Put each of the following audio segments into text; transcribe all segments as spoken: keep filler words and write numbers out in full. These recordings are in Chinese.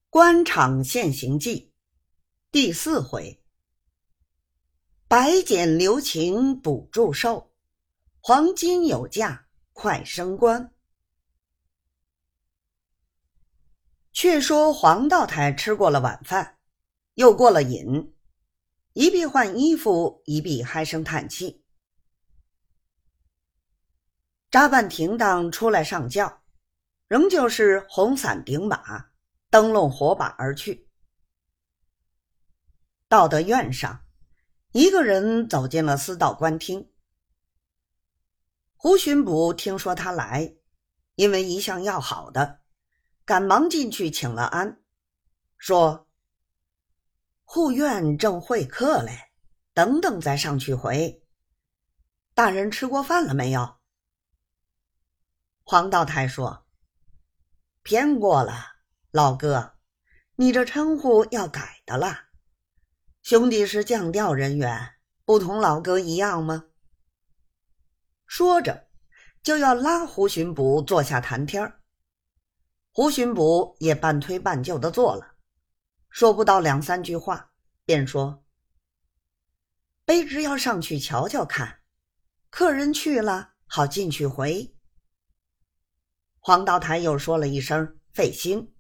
官场现形记第四回，白捡留情补祝寿，黄金有价快升官。却说黄道台吃过了晚饭，又过了瘾，一臂换衣服，一臂唉声叹气。扎办停当出来上轿，仍旧是红伞顶马，灯笼火把而去。到得院上，一个人走进了司道官厅。胡巡捕听说他来，因为一向要好的，赶忙进去请了安，说护院正会客嘞，等等再上去回。大人吃过饭了没有？黄道台说，偏过了，老哥，你这称呼要改的了。兄弟是降调人员，不同老哥一样吗？说着就要拉胡巡捕坐下谈天。胡巡捕也半推半就的坐了，说不到两三句话，便说卑职要上去瞧瞧看，客人去了好进去回。黄道台又说了一声费心。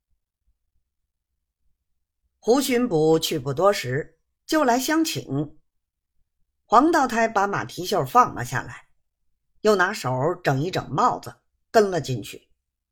胡巡捕去不多时，就来相请。黄道台把马蹄袖放了下来，又拿手整一整帽子，跟了进去。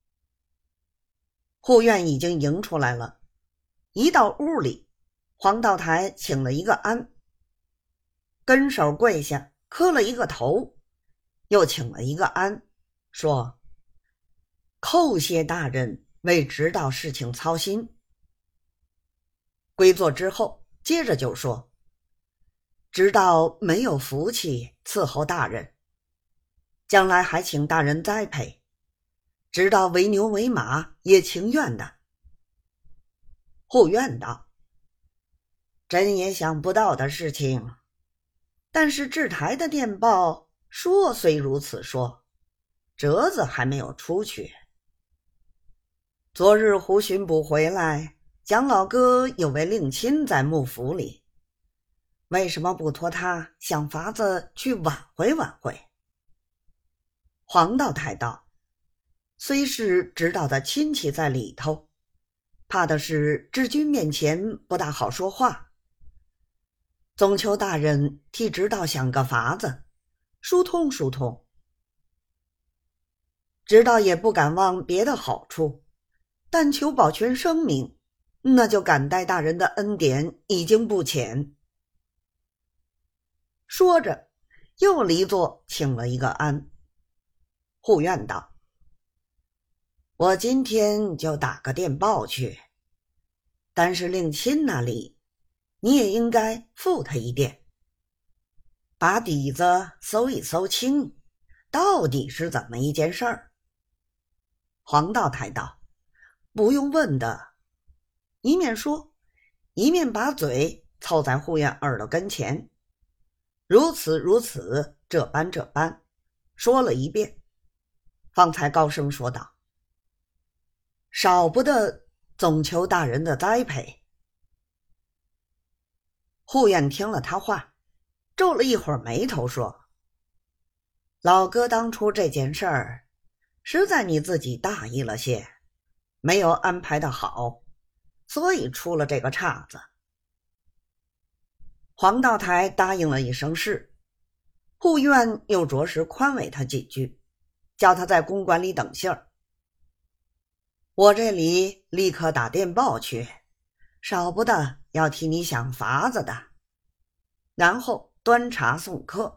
护院已经迎出来了，一到屋里，黄道台请了一个安，跟手跪下磕了一个头，又请了一个安，说叩谢大人为指导事情操心。归坐之后，接着就说知道没有福气伺候大人，将来还请大人栽培，知道为牛为马也情愿的。护院道，真也想不到的事情，但是制台的电报说虽如此说，折子还没有出去。昨日胡巡捕回来，蒋老哥有位令亲在幕府里，为什么不托他想法子去挽回挽回？黄道台道，虽是知道的亲戚在里头，怕的是知君面前不大好说话，总求大人替知道想个法子，疏通疏通。知道也不敢望别的好处，但求保全生命，那就感戴大人的恩典已经不浅。说着又离座请了一个安。护院道，我今天就打个电报去，但是令亲那里你也应该付他一电，把底子搜一搜清，到底是怎么一件事儿。黄道台道，不用问的。一面说，一面把嘴凑在护院耳朵跟前，如此如此，这般这般，说了一遍，方才高声说道，少不得总求大人的栽培。护院听了他话，皱了一会儿眉头，说，老哥当初这件事儿实在你自己大意了些，没有安排的好，所以出了这个岔子。黄道台答应了一声是，护院又着实宽慰他几句，叫他在公馆里等信儿。我这里立刻打电报去，少不得要替你想法子的。然后端茶送客。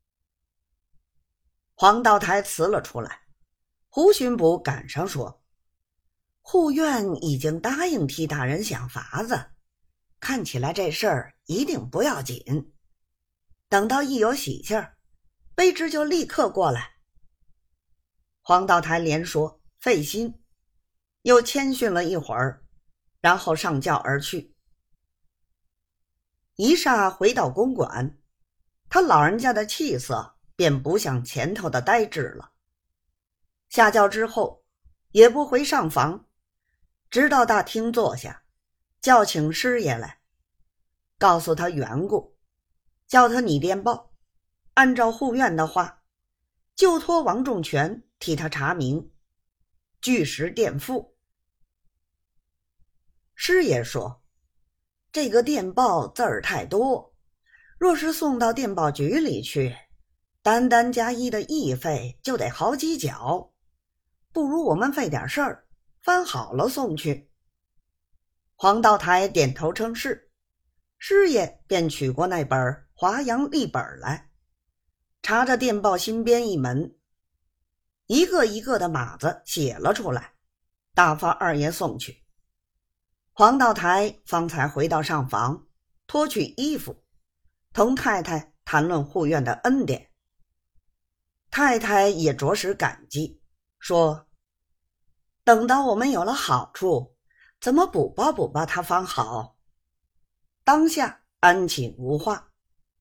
黄道台辞了出来，胡巡捕赶上说，护院已经答应替大人想法子，看起来这事儿一定不要紧，等到一有喜气儿，卑职就立刻过来。黄道台连说费心，又谦逊了一会儿，然后上轿而去。一霎回到公馆，他老人家的气色便不像前头的呆滞了。下轿之后也不回上房， 直到大厅坐下，叫请师爷来，告诉他缘故，叫他拟电报，按照护院的话，就托王仲全替他查明，据实垫付。师爷说，这个电报字儿太多，若是送到电报局里去，单单加一的役费就得好几角，不如我们费点事儿，翻好了送去。黄道台点头称是，师爷便取过那本华阳历本来，查着电报新编一门，一个一个的码子写了出来，打发二爷送去。黄道台方才回到上房，脱去衣服，同太太谈论护院的恩典。太太也着实感激，说等到我们有了好处，怎么补报补报他方好。当下安寝无话。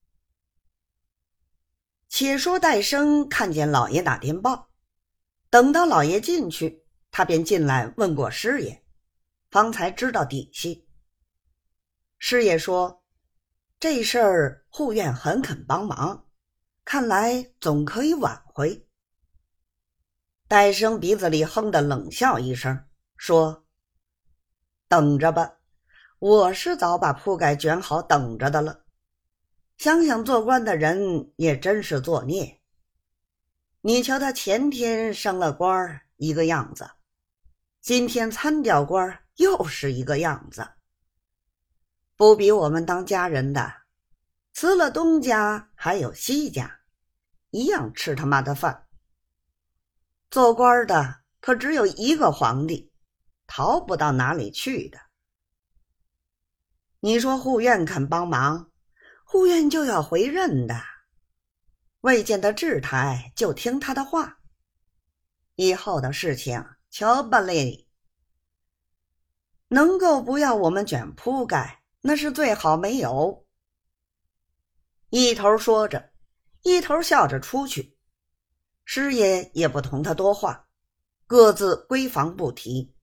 且说戴生看见老爷打电报，等到老爷进去，他便进来问过师爷，方才知道底细。师爷说，这事儿护院很肯帮忙，看来总可以挽回。戴生鼻子里哼的冷笑一声，说，等着吧，我是早把铺盖卷好等着的了。想想做官的人也真是作孽，你瞧他前天升了官一个样子，今天参调官又是一个样子，不比我们当家人的，辞了东家还有西家，一样吃他妈的饭。做官的可只有一个皇帝，逃不到哪里去的。你说护院肯帮忙，护院就要回任的，未见得治台就听他的话，以后的事情瞧吧嘞。能够不要我们卷铺盖，那是最好没有。一头说着，一头笑着出去。师爷也不同他多话，各自闺房不提。